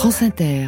France Inter.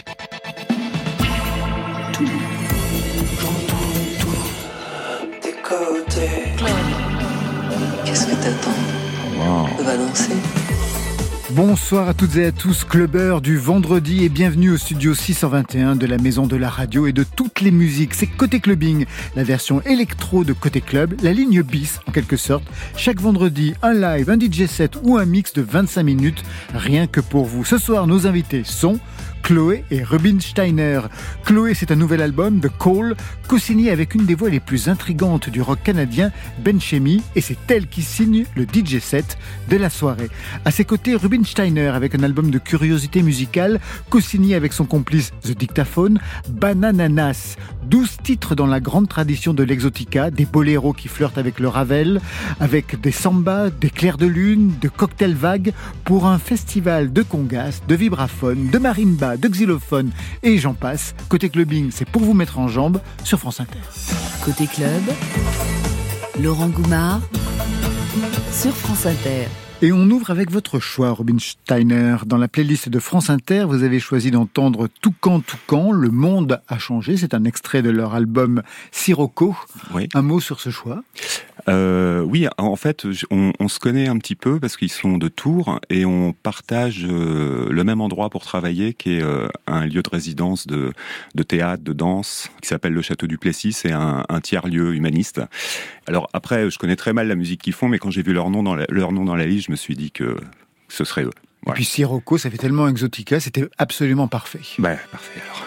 Tes côtés. Qu'est-ce que t'attends? Wow. Va danser. Bonsoir à toutes et à tous, clubbers du vendredi et bienvenue au studio 621 de la Maison de la Radio et de toutes les musiques. C'est Côté Clubbing, la version électro de Côté Club, la ligne bis en quelque sorte. Chaque vendredi, un live, un DJ set ou un mix de 25 minutes, rien que pour vous. Ce soir, nos invités sont Chloé et Rubinsteiner. Chloé, c'est un nouvel album de Cole, co-signé avec une des voix les plus intrigantes du rock canadien, Ben Chemi, et c'est elle qui signe le DJ set de la soirée. À ses côtés, Rubinsteiner avec un album de curiosité musicale, co-signé avec son complice The Dictaphone, Banananas. 12 titres dans la grande tradition de l'exotica, des boléros qui flirtent avec le Ravel, avec des sambas, des clairs de lune, de cocktails vagues, pour un festival de congas, de vibraphones, de marimba, de xylophone et j'en passe. Côté clubbing, c'est pour vous mettre en jambes sur France Inter. Côté club, Laurent Goumard sur France Inter. Et on ouvre avec votre choix, Rubinsteiner. Dans la playlist de France Inter, vous avez choisi d'entendre Toucan, Toucan, Le monde a changé. C'est un extrait de leur album Sirocco. Oui. Un mot sur ce choix? Oui, en fait, on se connaît un petit peu parce qu'ils sont de Tours et on partage le même endroit pour travailler qui est un lieu de résidence de théâtre, de danse, qui s'appelle le Château du Plessis. C'est un tiers-lieu humaniste. Alors après, je connais très mal la musique qu'ils font, mais quand j'ai vu leur nom dans la liste, je me suis dit que ce serait eux. Et puis Sirocco, ça fait tellement exotica, c'était absolument parfait. Parfait alors.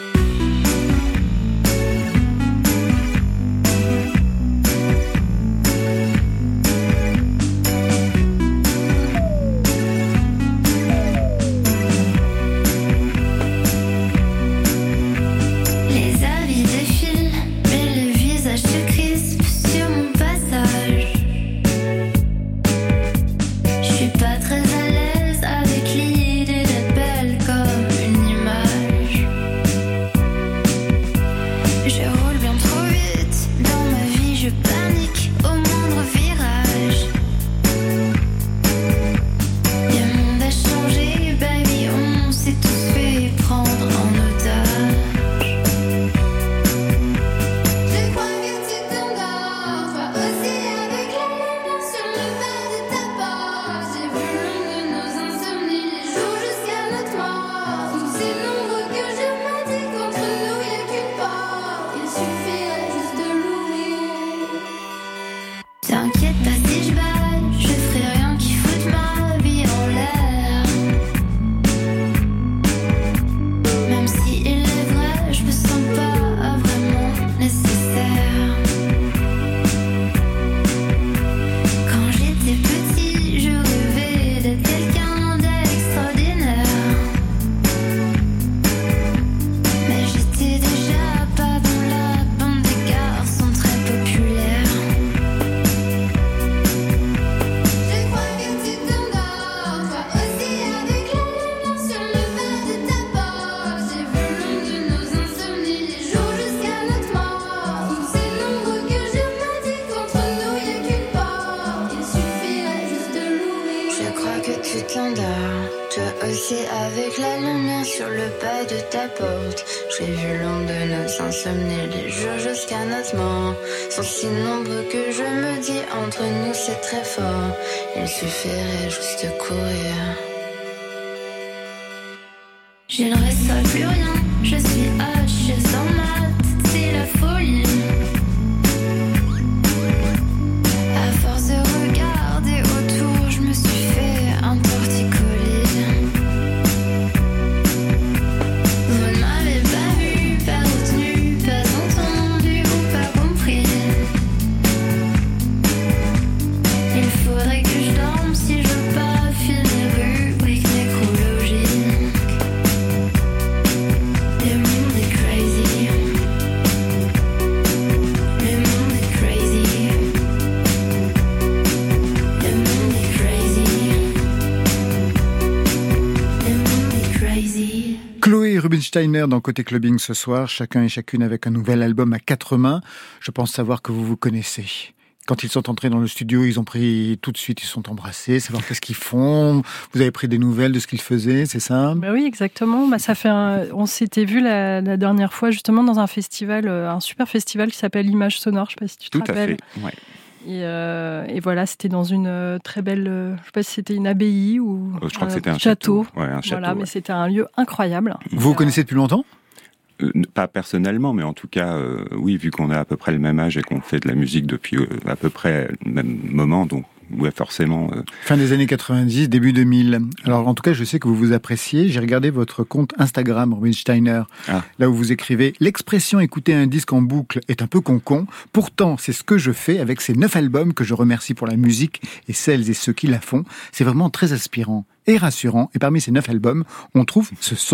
Avec la lumière sur le pas de ta porte, j'ai vu l'ombre de nos insomnies, les jours jusqu'à notre mort sont si nombreux que je me dis entre nous c'est très fort. Il suffirait juste de courir. Je ne reste plus rien, je suis H sans maths, c'est la folie. À force de regarder autour, je me suis fait un torticolis. Rubinsteiner dans Côté Clubbing ce soir, chacun et chacune avec un nouvel album à 4 mains. Je pense savoir que vous vous connaissez. Quand ils sont entrés dans le studio, ils ont pris tout de suite, ils se sont embrassés, savoir qu'est-ce qu'ils font. Vous avez pris des nouvelles de ce qu'ils faisaient, c'est ça ? Bah oui, exactement. Ça fait on s'était vu la dernière fois justement dans un festival, un super festival qui s'appelle Image Sonore. Je sais pas si tu te rappelles. Tout à fait. Ouais. Et voilà, c'était dans une très belle, je sais pas si c'était une abbaye ou je crois que c'était un château. Ouais, un château. Voilà, mais c'était un lieu incroyable. Vous vous connaissez depuis longtemps ? Pas personnellement, mais en tout cas, oui, vu qu'on a à peu près le même âge et qu'on fait de la musique depuis à peu près le même moment, donc ouais, forcément. Fin des années 90, début 2000. Alors en tout cas, je sais que vous vous appréciez. J'ai regardé votre compte Instagram, Rubinsteiner, là où vous écrivez « L'expression écouter un disque en boucle est un peu con-con. Pourtant, c'est ce que je fais avec ces 9 albums que je remercie pour la musique et celles et ceux qui la font. C'est vraiment très inspirant et rassurant. Et parmi ces 9 albums, on trouve ce son. »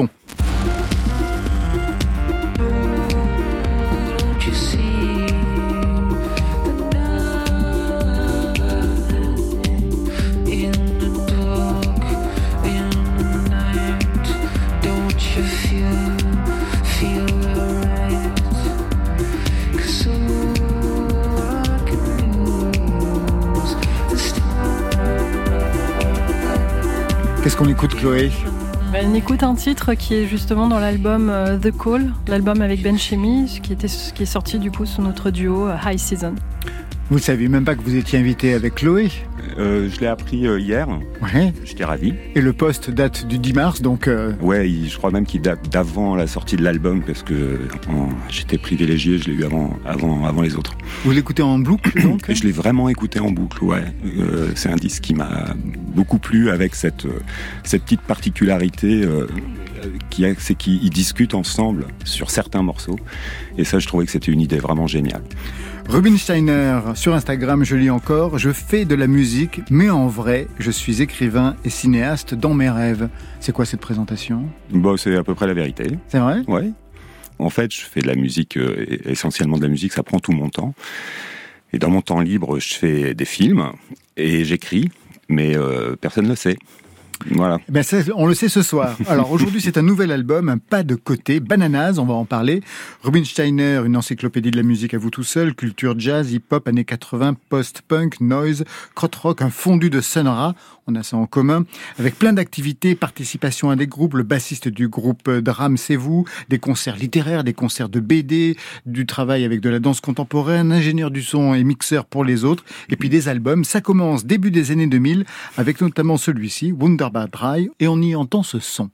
Qu'est-ce qu'on écoute, Chloé ? On écoute un titre qui est justement dans l'album The Call, l'album avec Ben Chemi, qui est sorti du coup sous notre duo High Season. Vous ne saviez même pas que vous étiez invité avec Chloé ? Je l'ai appris hier. Ouais. J'étais ravi. Et le post date du 10 mars, donc... Ouais, je crois même qu'il date d'avant la sortie de l'album, parce que j'étais privilégié, je l'ai eu avant les autres. Vous l'écoutez en boucle, donc ? Je l'ai vraiment écouté en boucle, ouais. C'est un disque qui m'a beaucoup plu, avec cette petite particularité c'est qu'ils discutent ensemble sur certains morceaux. Et ça, je trouvais que c'était une idée vraiment géniale. Rubinsteiner, sur Instagram, je lis encore « Je fais de la musique, mais en vrai, je suis écrivain et cinéaste dans mes rêves. » C'est quoi cette présentation ? Bon, c'est à peu près la vérité. C'est vrai ? Ouais. En fait, je fais de la musique, essentiellement de la musique, ça prend tout mon temps. Et dans mon temps libre, je fais des films et j'écris, mais personne ne le sait. Voilà. Ben ça, on le sait ce soir. Alors aujourd'hui, c'est un nouvel album, un pas de côté, Bananas, on va en parler. Rubinsteiner, une encyclopédie de la musique à vous tout seul, culture jazz, hip-hop, années 80, post-punk, noise, krautrock, un fondu de Sun Ra. On a ça en commun. Avec plein d'activités, participation à des groupes, le bassiste du groupe Drame C'est Vous, des concerts littéraires, des concerts de BD, du travail avec de la danse contemporaine, ingénieur du son et mixeur pour les autres, et puis des albums. Ça commence début des années 2000, avec notamment celui-ci, Wunderbar Dry, et on y entend ce son.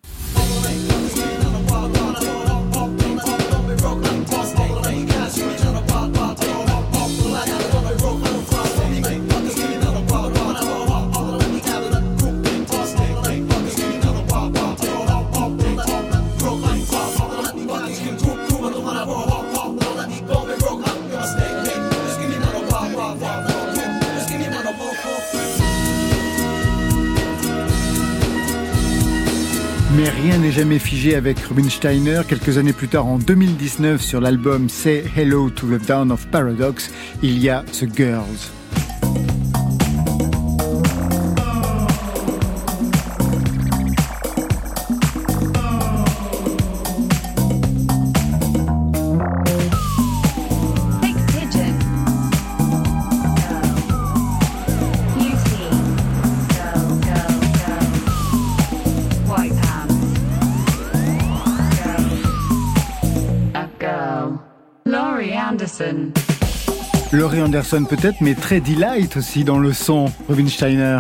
Mais rien n'est jamais figé avec Rubinsteiner. Quelques années plus tard, en 2019, sur l'album Say Hello to the Dawn of Paradox, il y a The Girls. Laurie Anderson peut-être, mais très delight aussi dans le son, Rubinsteiner.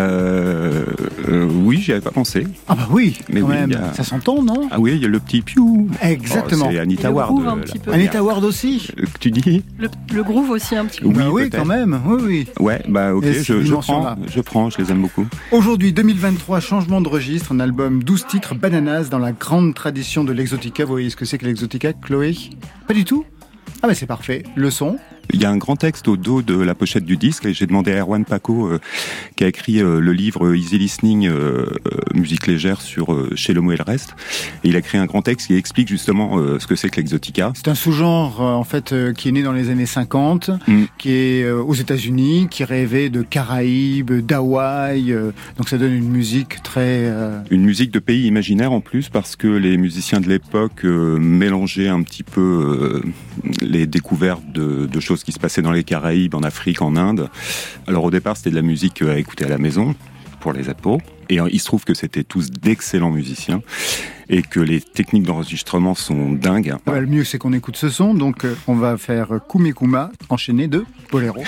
Oui, j'y avais pas pensé. Ah bah oui, mais quand oui, même, ça s'entend, non ? Ah oui, il y a le petit piou. Exactement. C'est Anita Ward. Anita Ward aussi. Tu dis ? Le groove aussi un petit peu. Oui, bah oui, quand même, oui. Ouais, bah ok, je prends, je les aime beaucoup. Aujourd'hui, 2023, changement de registre, un album 12 titres, Bananas, dans la grande tradition de l'Exotica. Vous voyez ce que c'est que l'Exotica, Chloé ? Pas du tout ? Ah mais c'est parfait. Le son ? Il y a un grand texte au dos de la pochette du disque et j'ai demandé à Erwan Paco qui a écrit le livre Easy Listening, musique légère sur Chez l'Homo et le reste. Et il a écrit un grand texte qui explique justement ce que c'est que l'exotica. C'est un sous-genre en fait qui est né dans les années 50, qui est aux États-Unis, qui rêvait de Caraïbes, d'Hawaï. Donc ça donne une musique très... Une musique de pays imaginaire en plus parce que les musiciens de l'époque mélangeaient un petit peu les découvertes de choses choses qui se passaient dans les Caraïbes, en Afrique, en Inde. Alors au départ, c'était de la musique à écouter à la maison, pour les apos. Et il se trouve que c'était tous d'excellents musiciens et que les techniques d'enregistrement sont dingues. Le mieux, c'est qu'on écoute ce son. Donc, on va faire Koumé Kouma, enchaîné de Boléro.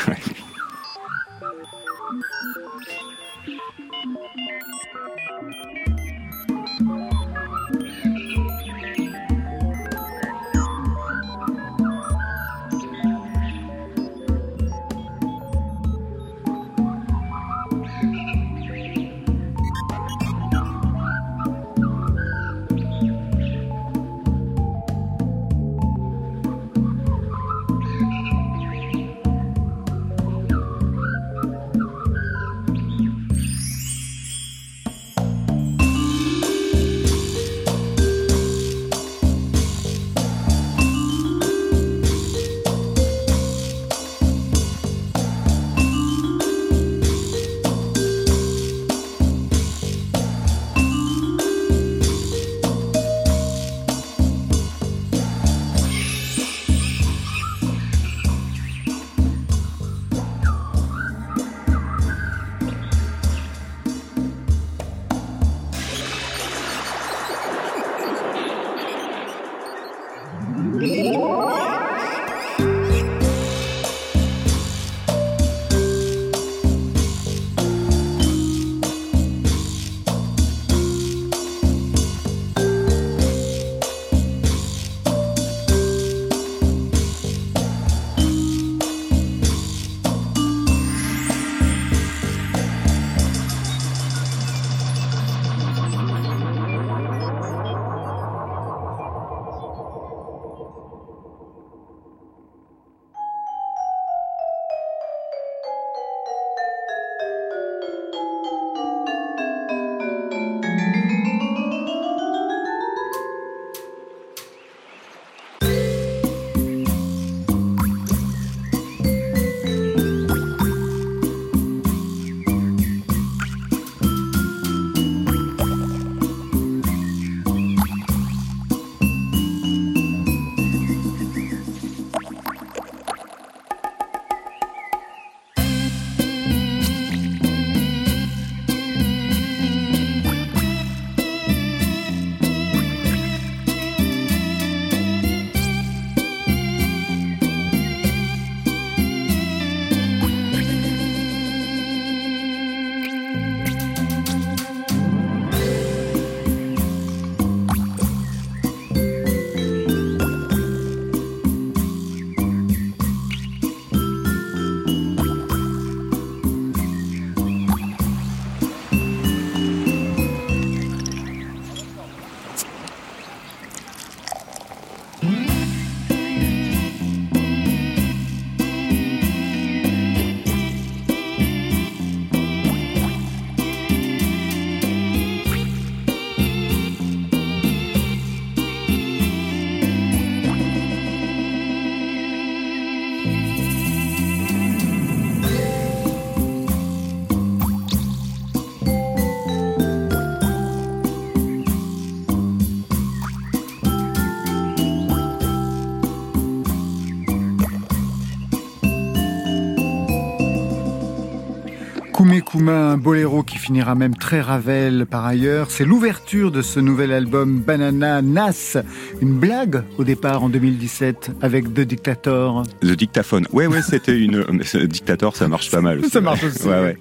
Koumé Kouma, un boléro qui finira même très Ravel par ailleurs. C'est l'ouverture de ce nouvel album Banana Nas. Une blague au départ en 2017 avec The Dictator. The Dictaphone. Ouais, c'était une... Dictator, ça marche pas mal aussi. Ça marche aussi. Ouais.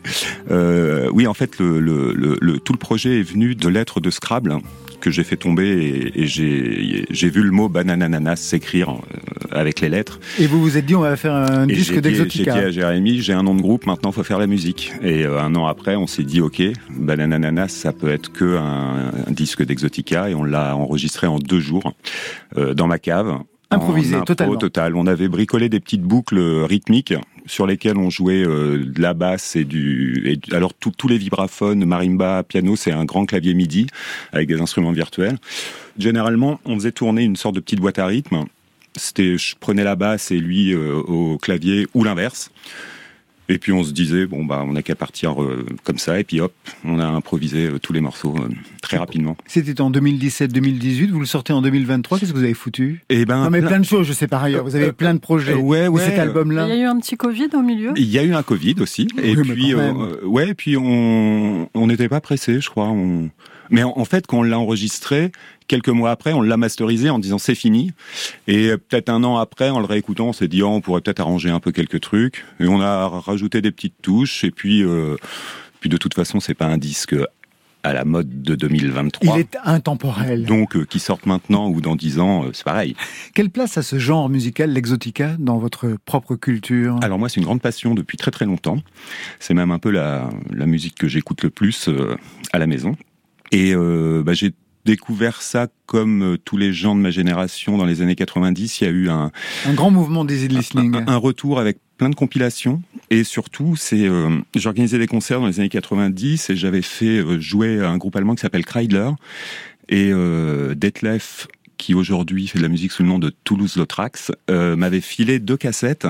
Oui, en fait, tout le projet est venu de lettres de Scrabble que j'ai fait tomber et j'ai vu le mot bananananas s'écrire avec les lettres. Et vous vous êtes dit on va faire un disque d'Exotica. J'ai dit à Jérémy, j'ai un nom de groupe, maintenant il faut faire la musique. Et un an après, on s'est dit ok, bananananas ça peut être que un disque d'Exotica et on l'a enregistré en 2 jours dans ma cave. Improvisé, totalement. Total. On avait bricolé des petites boucles rythmiques sur lesquelles on jouait de la basse alors tous les vibraphones, marimba, piano, c'est un grand clavier MIDI avec des instruments virtuels. Généralement, on faisait tourner une sorte de petite boîte à rythme. Je prenais la basse et lui au clavier ou l'inverse. Et puis on se disait, bon bah on n'a qu'à partir comme ça, et puis hop, on a improvisé tous les morceaux très rapidement. C'était en 2017-2018, vous le sortez en 2023, qu'est-ce que vous avez foutu ? Eh ben, non mais plein de choses, je sais par ailleurs, vous avez plein de projets. Ouais. Cet album-là. Il y a eu un petit Covid au milieu. Il y a eu un Covid aussi, et puis et puis on n'était pas pressé, je crois. Mais en fait, quand on l'a enregistré, quelques mois après, on l'a masterisé en disant c'est fini. Et peut-être un an après, en le réécoutant, on s'est dit on pourrait peut-être arranger un peu quelques trucs. Et on a rajouté des petites touches. Et puis de toute façon, c'est pas un disque à la mode de 2023. Il est intemporel. Donc, qui sortent maintenant ou dans 10 ans, c'est pareil. Quelle place a ce genre musical, l'exotica, dans votre propre culture ? Alors moi, c'est une grande passion depuis très très longtemps. C'est même un peu la musique que j'écoute le plus à la maison. Et j'ai découvert ça comme tous les gens de ma génération dans les années 90. Il y a eu un grand mouvement d'easy listening. Un retour avec plein de compilations. Et surtout, j'organisais des concerts dans les années 90 et j'avais fait jouer un groupe allemand qui s'appelle Kreidler. Et Detlef, qui aujourd'hui fait de la musique sous le nom de Toulouse-Lautrec, m'avait filé 2 cassettes,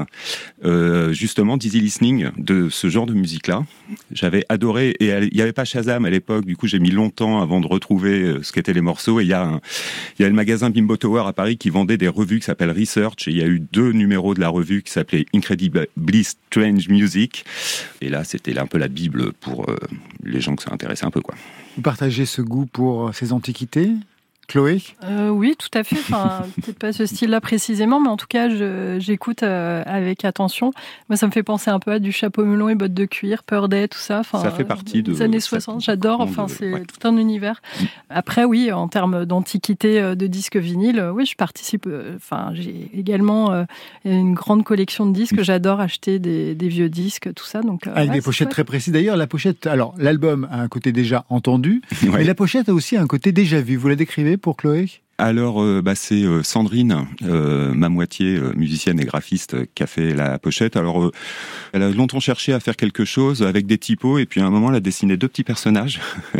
justement d'easy listening, de ce genre de musique-là. J'avais adoré, et il n'y avait pas Shazam à l'époque, du coup j'ai mis longtemps avant de retrouver ce qu'étaient les morceaux, et il y a le magasin Bimbo Tower à Paris qui vendait des revues qui s'appellent Research, et il y a eu 2 numéros de la revue qui s'appelait Incredibly Strange Music, et là c'était un peu la Bible pour les gens que ça intéressait un peu, quoi. Vous partagez ce goût pour ces antiquités ? Chloé ? Oui, tout à fait. Enfin, peut-être pas ce style-là précisément, mais en tout cas, j'écoute avec attention. Moi, ça me fait penser un peu à du chapeau melon et bottes de cuir, Peur Day, tout ça. Enfin, ça fait partie des années 60. J'adore. Enfin, c'est tout un univers. Après, oui, en termes d'antiquité de disques vinyles, oui, je participe. Enfin, j'ai également une grande collection de disques. J'adore acheter des vieux disques, tout ça. Donc, avec des pochettes très précises. D'ailleurs, la pochette. Alors, l'album a un côté déjà entendu, mais la pochette a aussi un côté déjà vu. Vous la décrivez pour Chloé ? Alors, c'est Sandrine, ma moitié musicienne et graphiste, qui a fait la pochette. Alors, elle a longtemps cherché à faire quelque chose avec des typos, et puis à un moment, elle a dessiné 2 petits personnages.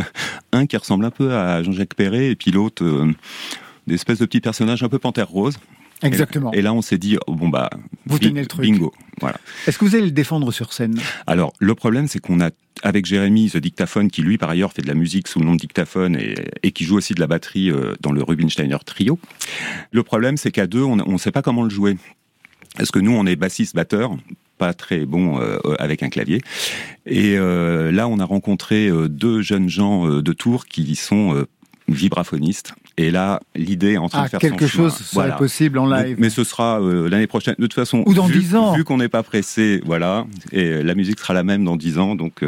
Un qui ressemble un peu à Jean-Jacques Perret, et puis l'autre, des espèces de petits personnages un peu panthère rose. Exactement. Et là, on s'est dit, vous tenez le truc. Bingo. Voilà. Est-ce que vous allez le défendre sur scène ? Alors, le problème, c'est qu'on a, avec Jérémy, The Dictaphone, qui lui, par ailleurs, fait de la musique sous le nom de Dictaphone et qui joue aussi de la batterie dans le Rubinsteiner Trio. Le problème, c'est qu'à 2, on ne sait pas comment le jouer. Parce que nous, on est bassiste-batteur, pas très bon avec un clavier. Et là, on a rencontré 2 jeunes gens de Tours qui sont vibraphonistes. Et là, l'idée est en train de faire quelque son chemin. chose serait possible en live. Mais ce sera l'année prochaine. De toute façon, ou dans 10 ans. Vu qu'on n'est pas pressé, voilà. Et la musique sera la même dans 10 ans, donc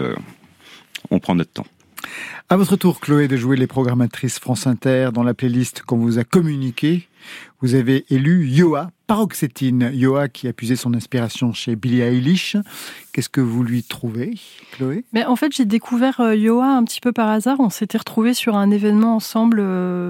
on prend notre temps. À votre tour, Chloé, de jouer les programmatrices France Inter dans la playlist qu'on vous a communiquée. Vous avez élu Yoa, Paroxétine. Yoa qui a puisé son inspiration chez Billie Eilish. Qu'est-ce que vous lui trouvez, Chloé ? Mais en fait, j'ai découvert Yoa un petit peu par hasard. On s'était retrouvés sur un événement ensemble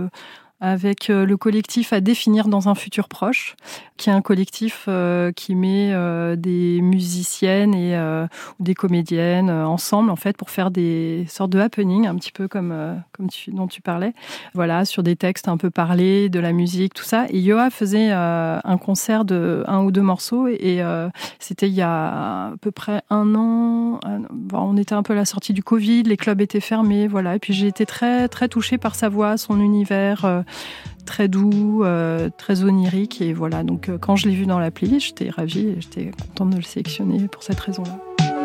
avec le collectif À définir dans un futur proche, qui est un collectif qui met des musiciennes et des comédiennes ensemble, en fait, pour faire des sortes de happenings, un petit peu dont tu parlais. Voilà, sur des textes un peu parlés, de la musique, tout ça. Et Yoa faisait un concert de 1 ou 2 morceaux et c'était il y a à peu près 1 an. On était un peu à la sortie du Covid, les clubs étaient fermés, voilà. Et puis j'ai été très, très touchée par sa voix, son univers très doux, très onirique. Et voilà, donc quand je l'ai vu dans la playlist, j'étais ravie et j'étais contente de le sélectionner pour cette raison-là.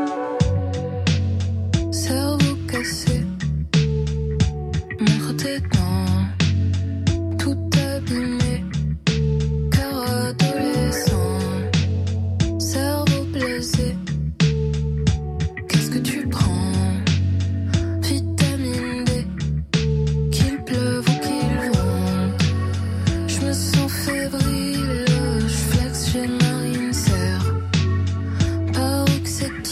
Cerveau cassé, mort dedans, tout abîmé, cœur adolescent, cerveau blessé, qu'est-ce que tu prends? Vitamine D, qu'il pleuve ou qu'il vente, je me sens fébrile, je flex, j'ai marine serre, paroxétine.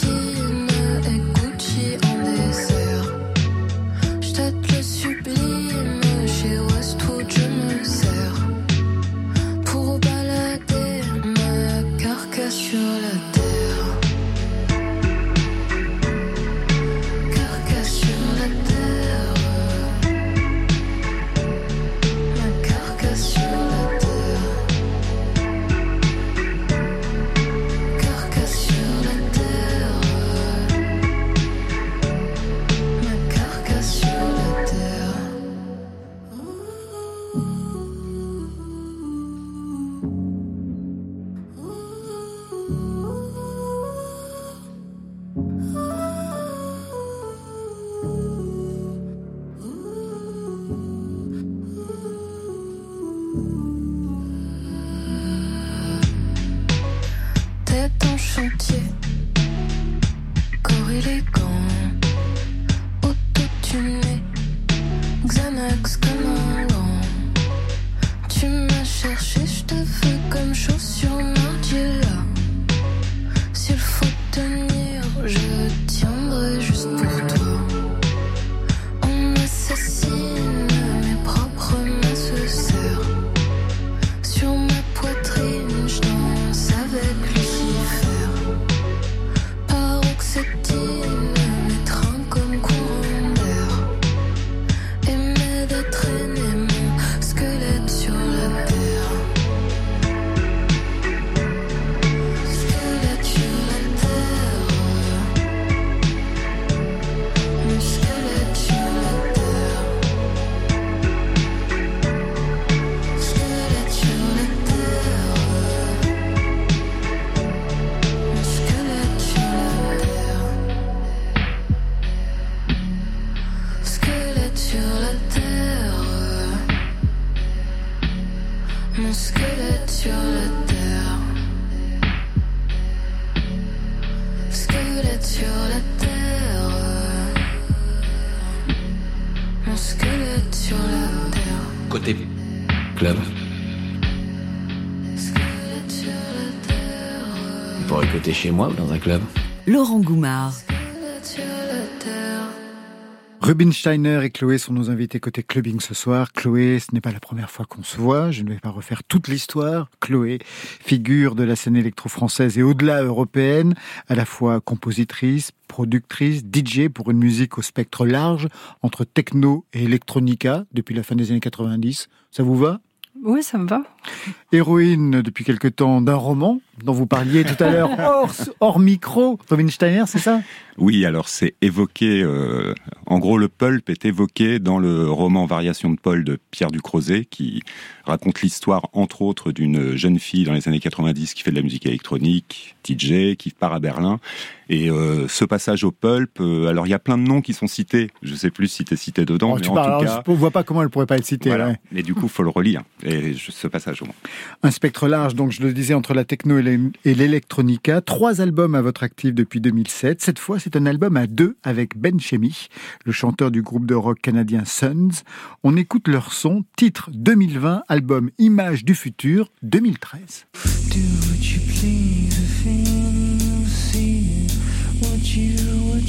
entier. Corps élégant, auto-tuné, Xanax comme un gant. Tu m'as cherché, je te veux comme chaussure Margiela. S'il faut tenir, je tiendrai juste pour toi. On assassine mes propres nécessaires. Sur ma poitrine, je danse avec Lucifer. Paroxétine, mes trains comme courant d'air. Et m'aide à traîner mon squelette sur la terre. Squelette sur la terre. Mon squelette sur la terre. Squelette sur la terre. Mon squelette sur la terre. Squelette sur la terre. Mon squelette sur la terre. Squelette sur la terre. Mon squelette sur la terre. Côté club, Squelette sur la terre. on pourrait écouter chez moi ou dans un club. Laurent Goumard. Squelette sur la terre. Rubinsteiner et Chloé sont nos invités côté clubbing ce soir. Chloé, ce n'est pas la première fois qu'on se voit, je ne vais pas refaire toute l'histoire. Chloé, figure de la scène électro-française et au-delà européenne, à la fois compositrice, productrice, DJ pour une musique au spectre large, entre techno et electronica, depuis la fin des années 90. Ça vous va ? Oui, ça me va. Héroïne depuis quelque temps d'un roman dont vous parliez tout à l'heure hors micro. Rubinsteiner, c'est ça ? Oui, alors c'est évoqué, en gros le pulp est évoqué dans le roman Variations de Paul de Pierre Ducrozet, qui raconte l'histoire entre autres d'une jeune fille dans les années 90 qui fait de la musique électronique, DJ, qui part à Berlin. Et ce passage au pulp, alors il y a plein de noms qui sont cités, je sais plus si t'es cité dedans, mais en tout cas... Je ne vois pas comment elle pourrait pas être citée. Voilà. Ouais. Mais du coup, faut le relire, et ce passage au moins. Un spectre large, donc je le disais, entre la techno et l'électronica. 3 albums à votre actif depuis 2007. Cette fois, c'est un album à 2 avec Ben Chemi, le chanteur du groupe de rock canadien Sons. On écoute leur son, titre 2020, album Images du futur 2013. Do what you please, if you see what you.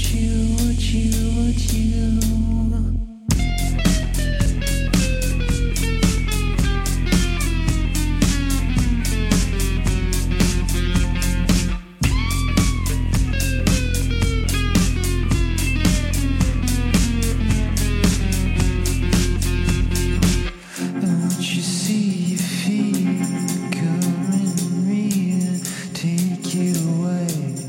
What you see, you feel, come and real, take it away.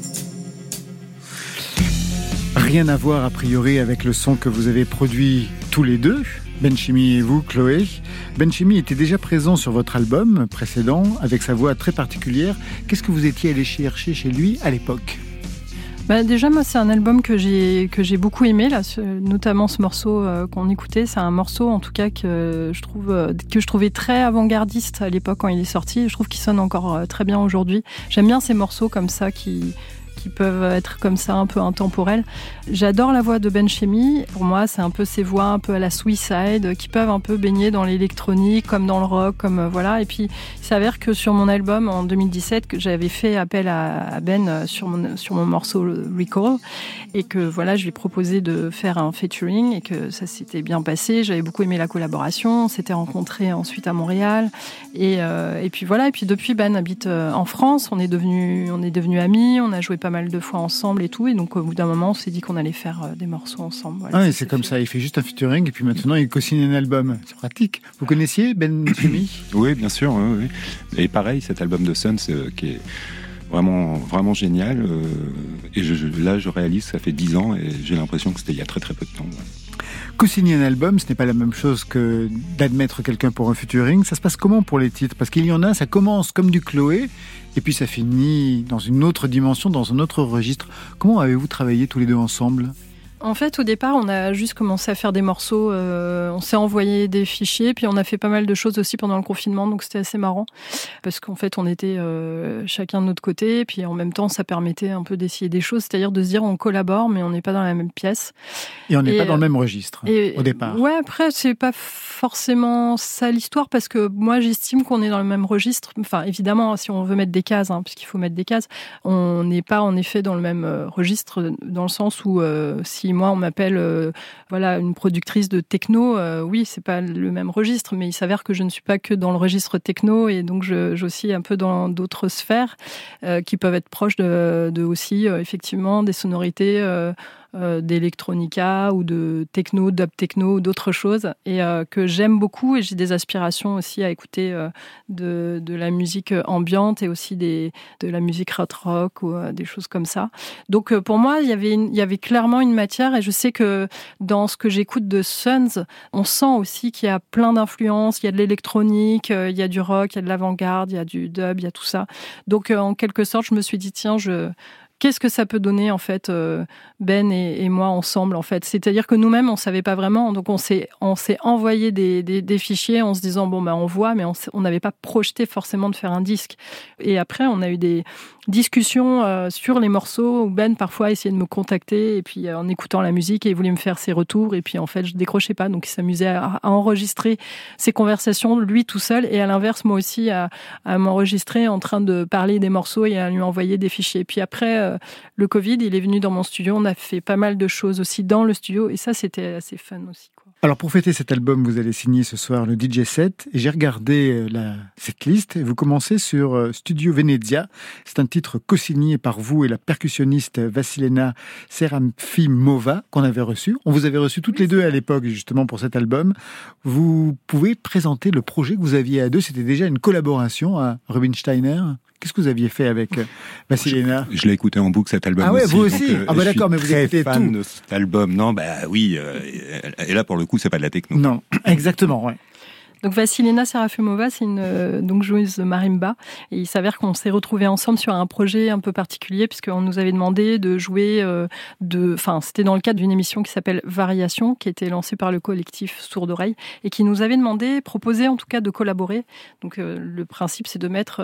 Rien à voir a priori avec le son que vous avez produit tous les deux, Ben Chemi et vous, Chloé. Ben Chemi était déjà présent sur votre album précédent, avec sa voix très particulière. Qu'est-ce que vous étiez allé chercher chez lui à l'époque ? Déjà, moi, c'est un album que j'ai beaucoup aimé, là, notamment ce morceau qu'on écoutait. C'est un morceau, en tout cas, que je trouvais très avant-gardiste à l'époque quand il est sorti. Je trouve qu'il sonne encore très bien aujourd'hui. J'aime bien ces morceaux comme ça qui peuvent être comme ça un peu intemporels. J'adore la voix de Ben Chemi. Pour moi, c'est un peu ces voix un peu à la Suicide qui peuvent un peu baigner dans l'électronique, comme dans le rock, comme voilà. Et puis, il s'avère que sur mon album en 2017, que j'avais fait appel à Ben sur mon morceau Recall, et que voilà, je lui ai proposé de faire un featuring et que ça s'était bien passé. J'avais beaucoup aimé la collaboration. On s'était rencontrés ensuite à Montréal et puis voilà. Et puis depuis, Ben habite en France. On est devenus amis. On a joué pas mal de fois ensemble et tout, et donc au bout d'un moment on s'est dit qu'on allait faire des morceaux ensemble. Voilà, et c'est comme ça, il fait juste un featuring et puis maintenant il co-signe un album. C'est pratique. Vous connaissiez Ben Chemi ? Oui, bien sûr. Oui. Et pareil, cet album de Sons qui est vraiment, vraiment génial. Et là, je réalise, ça fait 10 ans et j'ai l'impression que c'était il y a très très peu de temps. Ouais. Co-signer un album, ce n'est pas la même chose que d'admettre quelqu'un pour un featuring. Ça se passe comment pour les titres ? Parce qu'il y en a, ça commence comme du Chloé, et puis ça finit dans une autre dimension, dans un autre registre. Comment avez-vous travaillé tous les deux ensemble ? En fait, au départ, on a juste commencé à faire des morceaux. On s'est envoyé des fichiers, puis on a fait pas mal de choses aussi pendant le confinement, donc c'était assez marrant. Parce qu'en fait, on était chacun de notre côté, puis en même temps, ça permettait un peu d'essayer des choses, c'est-à-dire de se dire on collabore, mais on n'est pas dans la même pièce. Et on n'est pas dans le même registre, au départ. Ouais, après, c'est pas forcément ça l'histoire, parce que moi, j'estime qu'on est dans le même registre. Enfin, évidemment, si on veut mettre des cases, puisqu'il faut mettre des cases, on n'est pas en effet dans le même registre, dans le sens où si moi on m'appelle une productrice de techno, oui, c'est pas le même registre, mais il s'avère que je ne suis pas que dans le registre techno, et donc j'oscille un peu dans d'autres sphères qui peuvent être proches de aussi effectivement des sonorités d'électronica ou de techno, dub techno ou d'autres choses, et que j'aime beaucoup, et j'ai des aspirations aussi à écouter de la musique ambiante et aussi de la musique hard rock ou des choses comme ça. Donc pour moi, il y avait clairement une matière, et je sais que dans ce que j'écoute de Sons, on sent aussi qu'il y a plein d'influences, il y a de l'électronique, il y a du rock, il y a de l'avant-garde, il y a du dub, il y a tout ça. Donc en quelque sorte, je me suis dit tiens, qu'est-ce que ça peut donner en fait, Ben et moi ensemble en fait. C'est-à-dire que nous-mêmes on savait pas vraiment, donc on s'est envoyé des fichiers en se disant bon on voit, mais on n'avait pas projeté forcément de faire un disque. Et après on a eu des discussions sur les morceaux où Ben parfois essayait de me contacter, et puis en écoutant la musique, et il voulait me faire ses retours, et puis en fait je décrochais pas, donc il s'amusait à enregistrer ses conversations lui tout seul, et à l'inverse moi aussi à m'enregistrer en train de parler des morceaux et à lui envoyer des fichiers. Et puis après le Covid, il est venu dans mon studio, on a fait pas mal de choses aussi dans le studio, et ça c'était assez fun aussi, quoi. Alors pour fêter cet album, vous allez signer ce soir le DJ set, et j'ai regardé cette liste, et vous commencez sur Studio Venezia. C'est un titre co-signé par vous et la percussionniste Vassilena Serafimova qu'on avait reçu. On vous avait reçu toutes les deux à l'époque justement pour cet album. Vous pouvez présenter le projet que vous aviez à deux, c'était déjà une collaboration à Rubinsteiner. Qu'est-ce que vous aviez fait avec Vassilena ? Je l'ai écouté en boucle cet album. Ah ouais, aussi, vous aussi. Donc, d'accord, mais vous écoutez fan tout. De cet album. Non, oui. Et là, pour le coup, c'est pas de la techno. Non, exactement, ouais. Donc Vassilena Serafimova, c'est une donc joueuse de marimba, et il s'avère qu'on s'est retrouvés ensemble sur un projet un peu particulier, puisqu'on nous avait demandé de jouer c'était dans le cadre d'une émission qui s'appelle Variation, qui était lancée par le collectif Sourd Oreille, et qui nous avait proposé en tout cas de collaborer. Donc le principe, c'est de mettre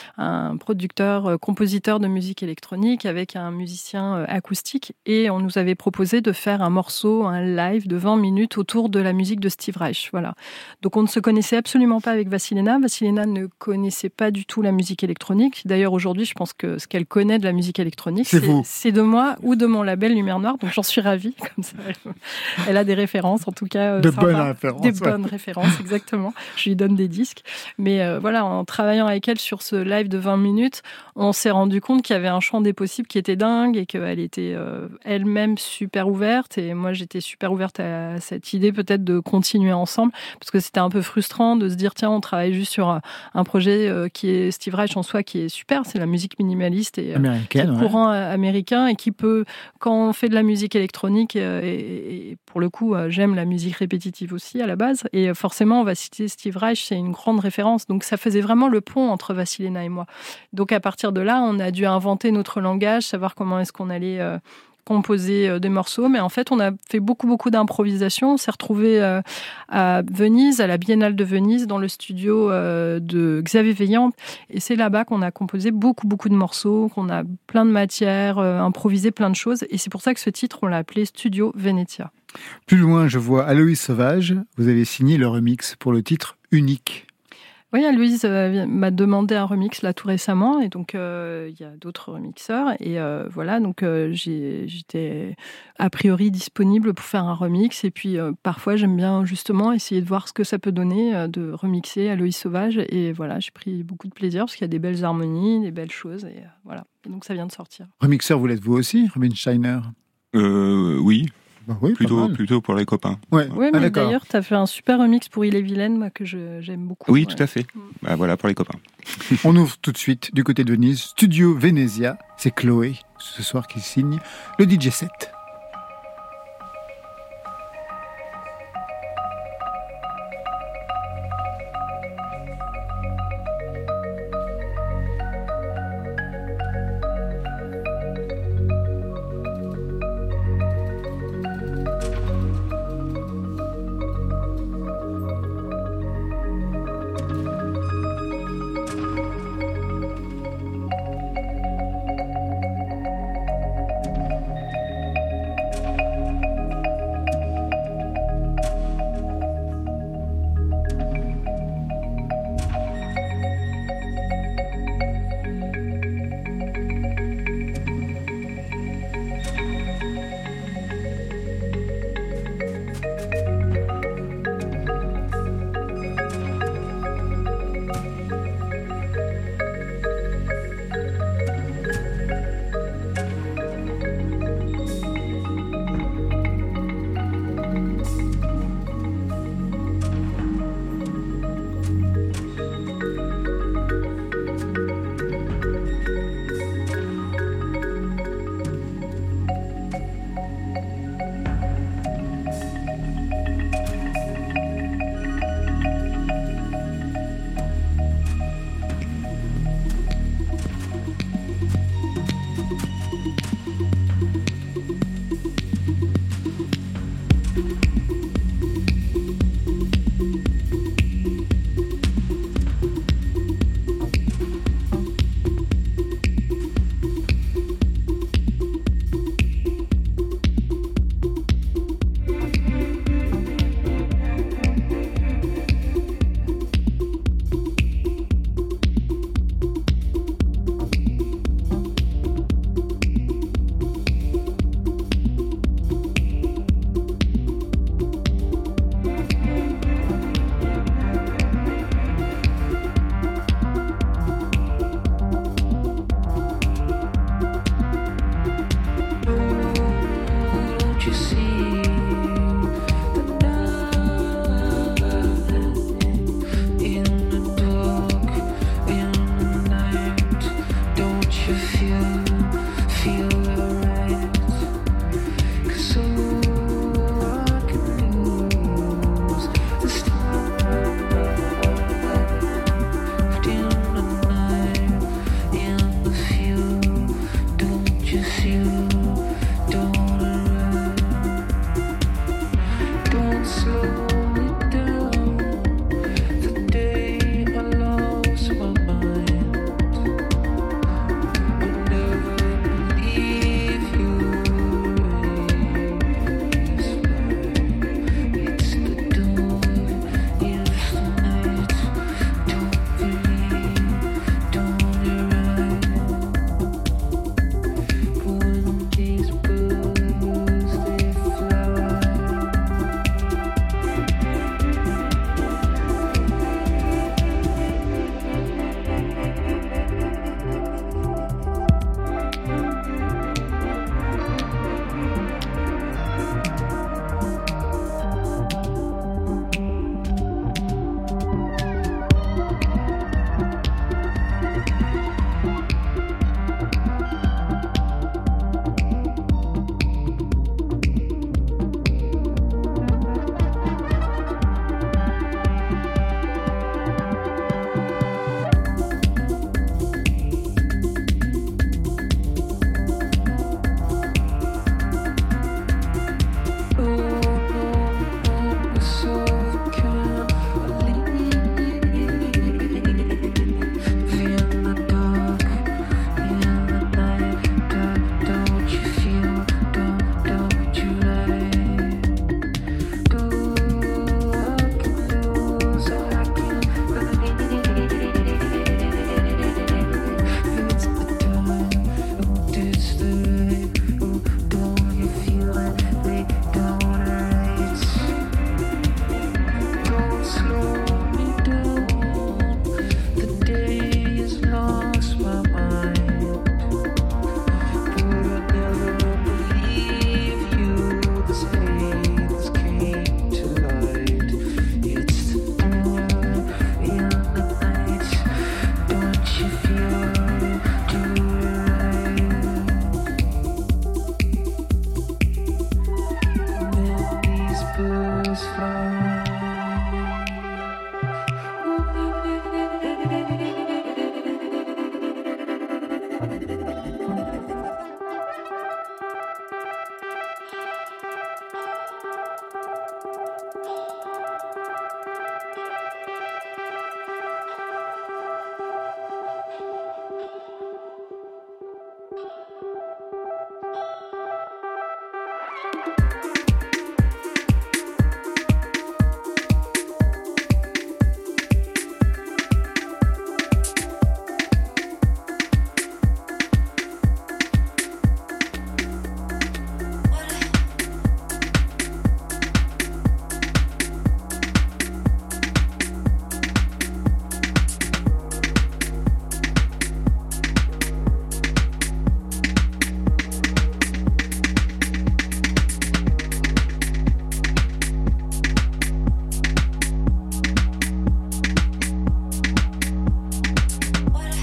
un producteur, compositeur de musique électronique avec un musicien acoustique, et on nous avait proposé de faire un morceau, un live de 20 minutes autour de la musique de Steve Reich. Voilà. Donc on ne se connaissait absolument pas avec Vassilena. Vassilena ne connaissait pas du tout la musique électronique. D'ailleurs, aujourd'hui, je pense que ce qu'elle connaît de la musique électronique, c'est de moi ou de mon label Lumière Noire. Donc, j'en suis ravie. Comme ça, elle a des références, en tout cas. Bonnes références. Des bonnes références, exactement. Je lui donne des disques. Mais en travaillant avec elle sur ce live de 20 minutes, on s'est rendu compte qu'il y avait un champ des possibles qui était dingue, et qu'elle était elle-même super ouverte. Et moi, j'étais super ouverte à cette idée peut-être de continuer ensemble, parce que c'était un peu frustrant de se dire tiens, on travaille juste sur un projet qui est Steve Reich en soi, qui est super, c'est la musique minimaliste et américaine, courant américain, et qui peut, quand on fait de la musique électronique, et pour le coup j'aime la musique répétitive aussi à la base, et forcément on va citer Steve Reich, c'est une grande référence, donc ça faisait vraiment le pont entre Vassilena et moi. Donc à partir de là, on a dû inventer notre langage, savoir comment est-ce qu'on allait composer des morceaux, mais en fait on a fait beaucoup d'improvisation. On s'est retrouvés à Venise, à la Biennale de Venise, dans le studio de Xavier Veillant, et c'est là-bas qu'on a composé beaucoup de morceaux, qu'on a plein de matières, improvisé plein de choses, et c'est pour ça que ce titre on l'a appelé Studio Venezia. Plus loin, je vois Aloïs Sauvage, vous avez signé le remix pour le titre Unique. Oui, Aloïse m'a demandé un remix là tout récemment, et donc il y a d'autres remixeurs, et donc j'étais a priori disponible pour faire un remix, et puis parfois j'aime bien justement essayer de voir ce que ça peut donner de remixer Aloïse Sauvage, et voilà, j'ai pris beaucoup de plaisir parce qu'il y a des belles harmonies, des belles choses, et voilà, et donc ça vient de sortir. Remixeur, vous l'êtes vous aussi, Rubinsteiner ? Oui. Bah oui, plutôt pour les copains. Ouais. Oui, mais d'ailleurs, tu as fait un super remix pour Ille-et-Vilaine, moi, que j'aime beaucoup. Oui, tout à fait. Voilà, pour les copains. On ouvre tout de suite du côté de Venise, Studio Venezia. C'est Chloé, ce soir, qui signe le DJ set.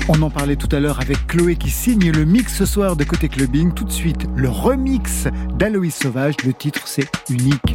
On en parlait tout à l'heure avec Chloé qui signe le mix ce soir de Côté Clubbing. Tout de suite, le remix d'Aloïs Sauvage. Le titre, c'est Unique.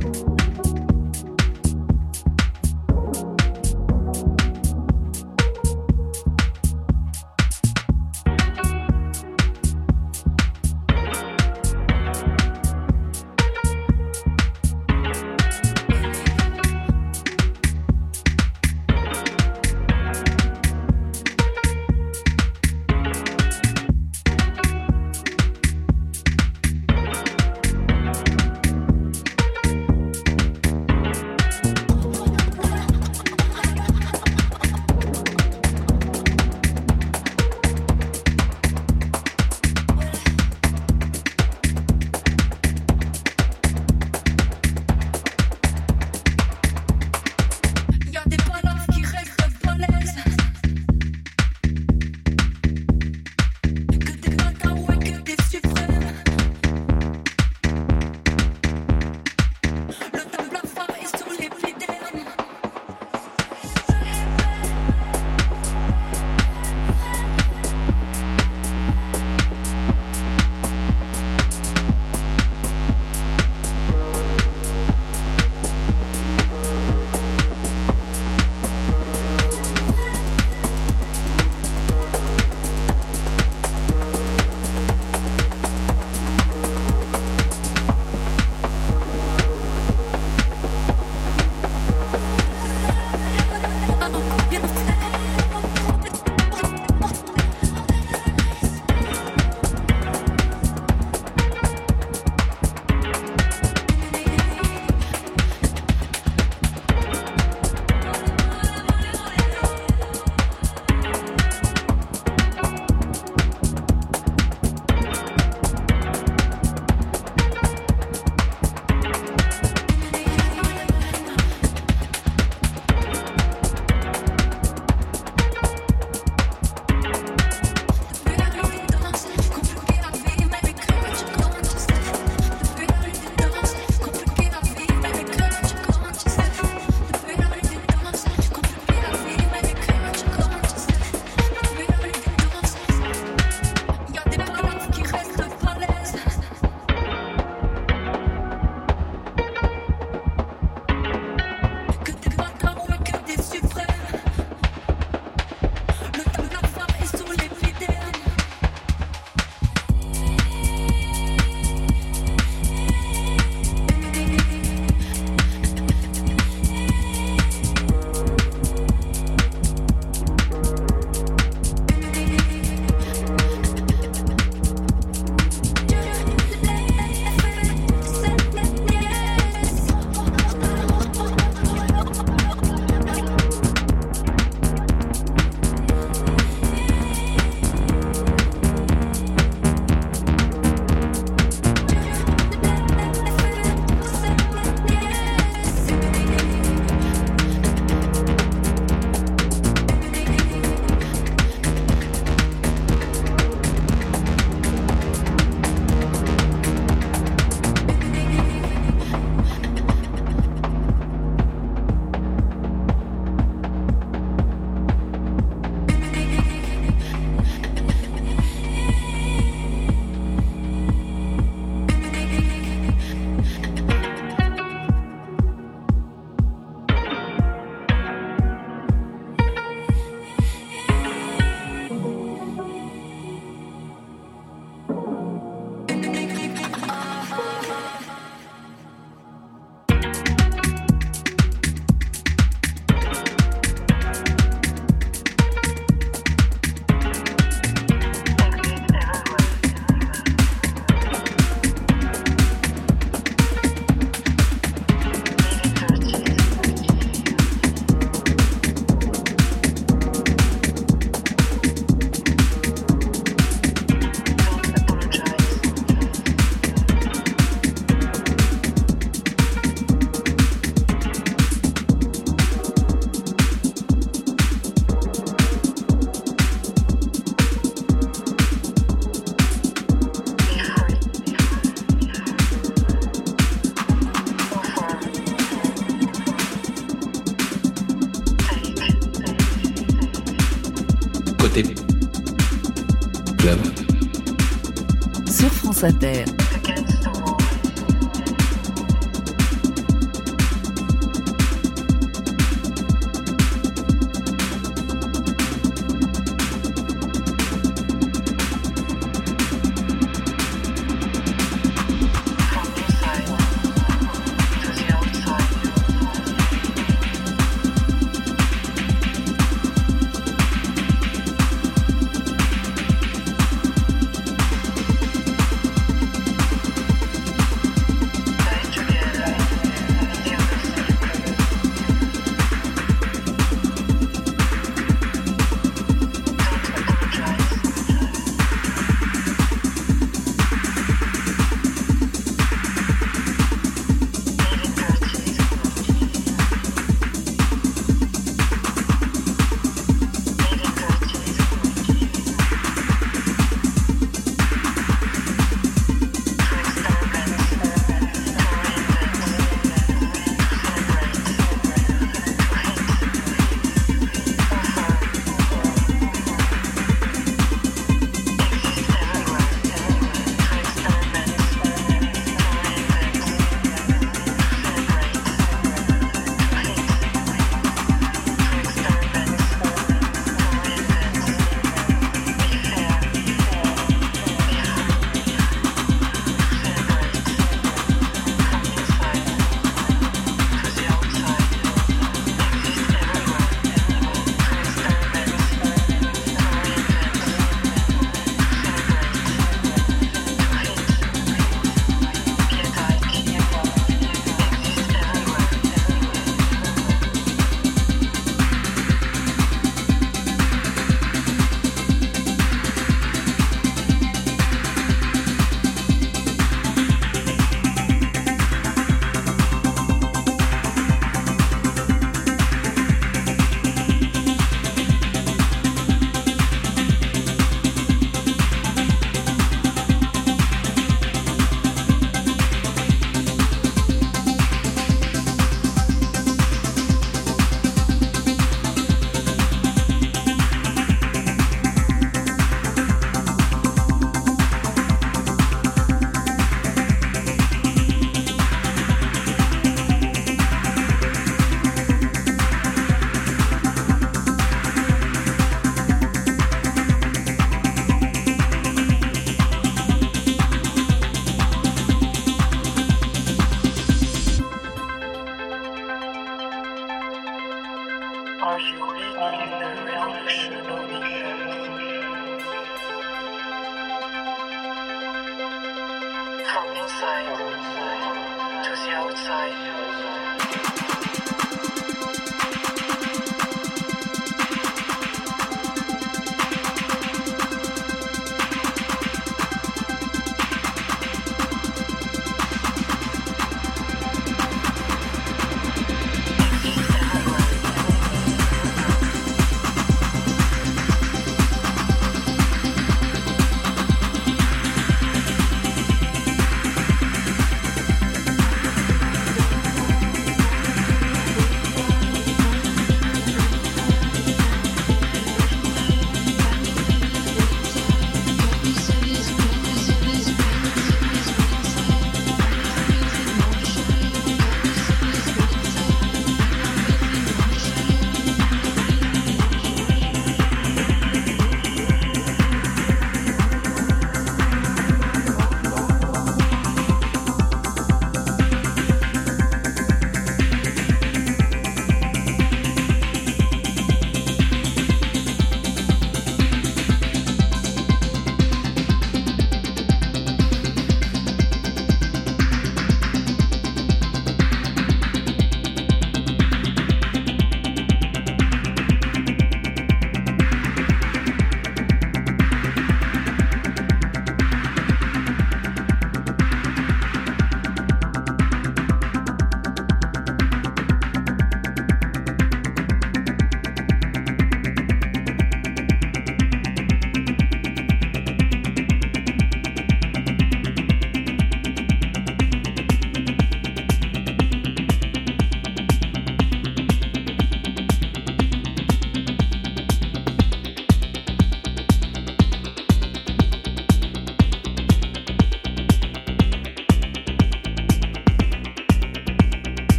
Côté Club. Sur France Inter.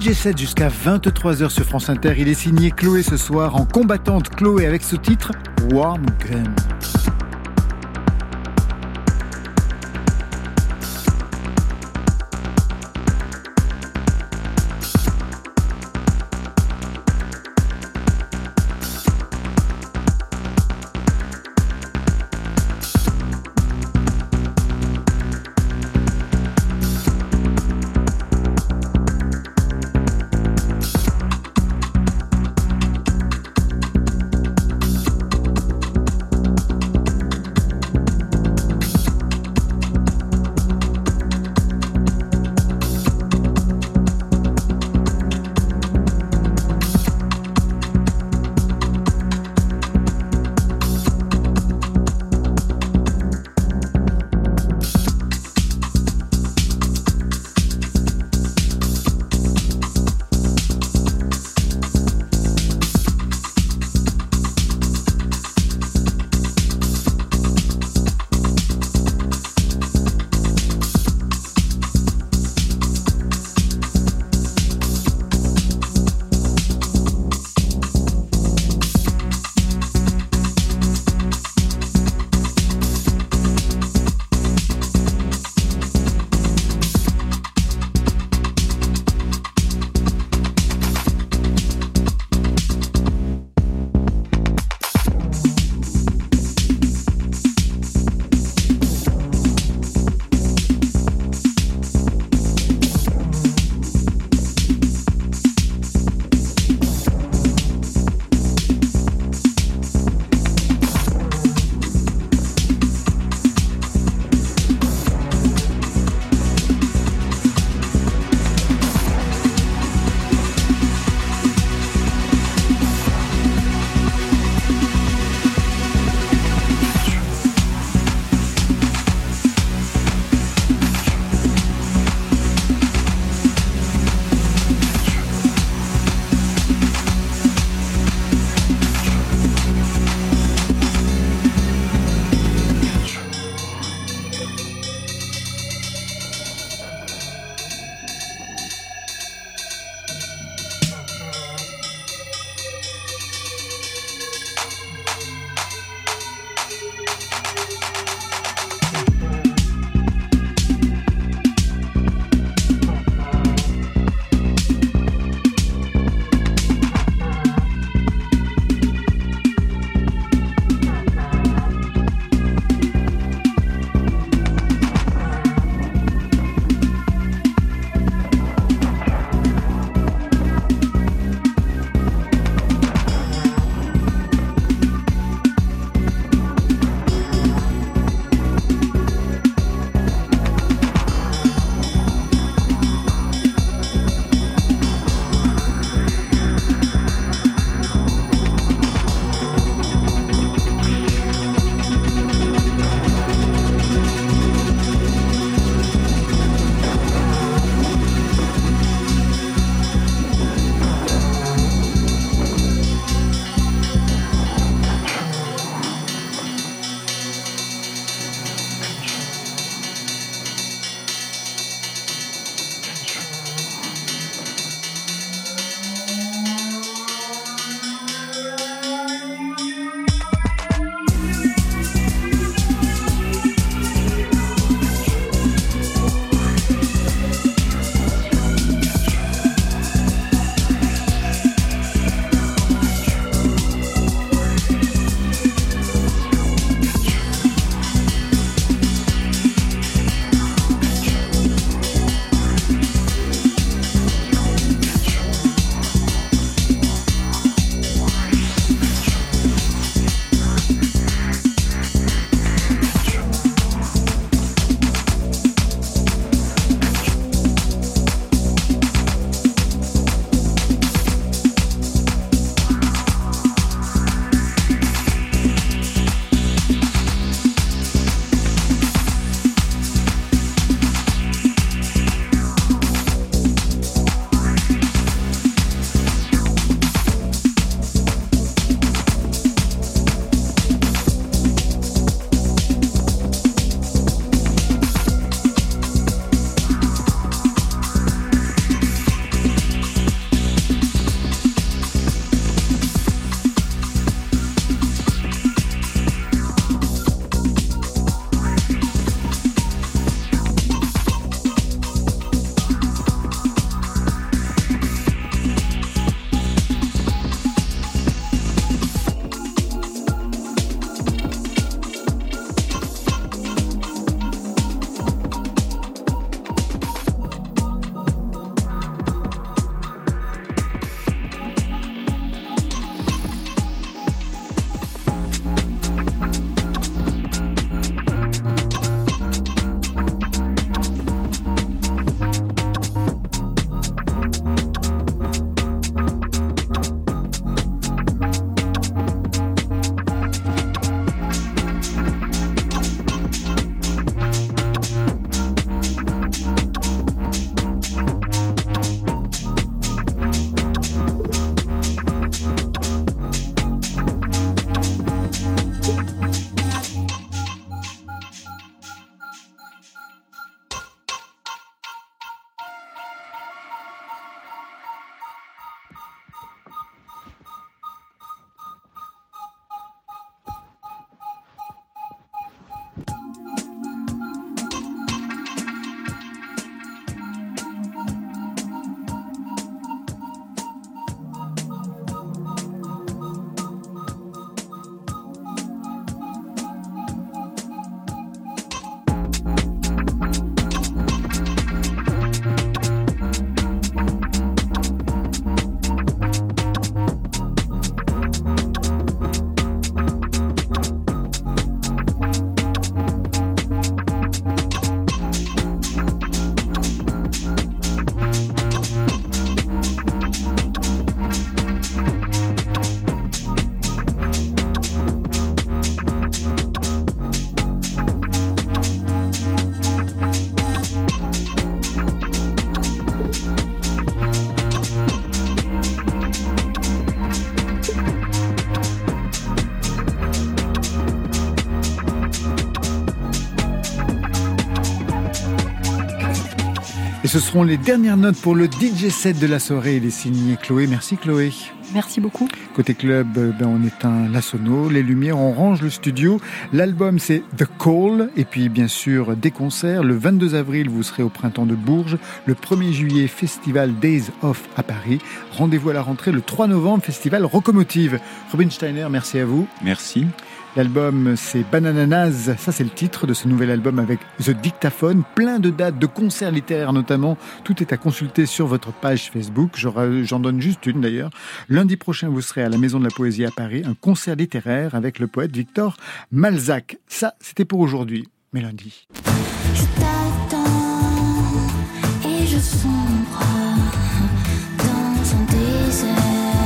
DJ7 jusqu'à 23h sur France Inter. Il est signé Chloé ce soir en combattante Chloé avec ce titre Warm Gun. ce seront les dernières notes pour le DJ set de la soirée. Il est signé Chloé. Merci Chloé. Merci beaucoup. Côté club, on éteint la sono, les lumières, on range le studio. L'album, c'est The Call. Et puis, bien sûr, des concerts. Le 22 avril, vous serez au Printemps de Bourges. Le 1er juillet, Festival Days Off à Paris. Rendez-vous à la rentrée le 3 novembre, Festival Rocomotive. Robin Steiner, merci à vous. Merci. L'album, c'est Banananas. Ça, c'est le titre de ce nouvel album avec The Dictaphone. Plein de dates, de concerts littéraires notamment. Tout est à consulter sur votre page Facebook. J'en donne juste une d'ailleurs. Lundi prochain, vous serez à la Maison de la Poésie à Paris. Un concert littéraire avec le poète Victor Malzac. Ça, c'était pour aujourd'hui. Mais lundi. Je t'attends et je sombre dans un désert.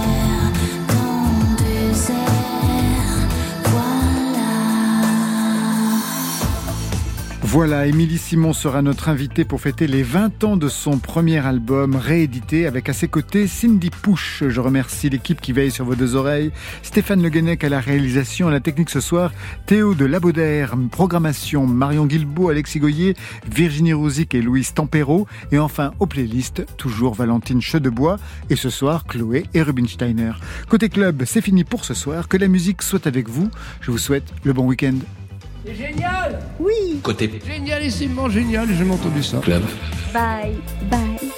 Voilà, Émilie Simon sera notre invitée pour fêter les 20 ans de son premier album réédité avec à ses côtés Cindy Pouche. Je remercie l'équipe qui veille sur vos deux oreilles. Stéphane Le Guenec à la réalisation, à la technique ce soir, Théo de Labaudaire, programmation, Marion Guilbault, Alexis Goyer, Virginie Rouzic et Louise Tempero. Et enfin, aux playlists, toujours Valentine Chedebois et ce soir, Chloé et Rubinsteiner. Côté club, c'est fini pour ce soir. Que la musique soit avec vous. Je vous souhaite le bon week-end. C'est génial! Côté Génialissimement génial, j'ai jamais entendu ça. club. Bye, bye.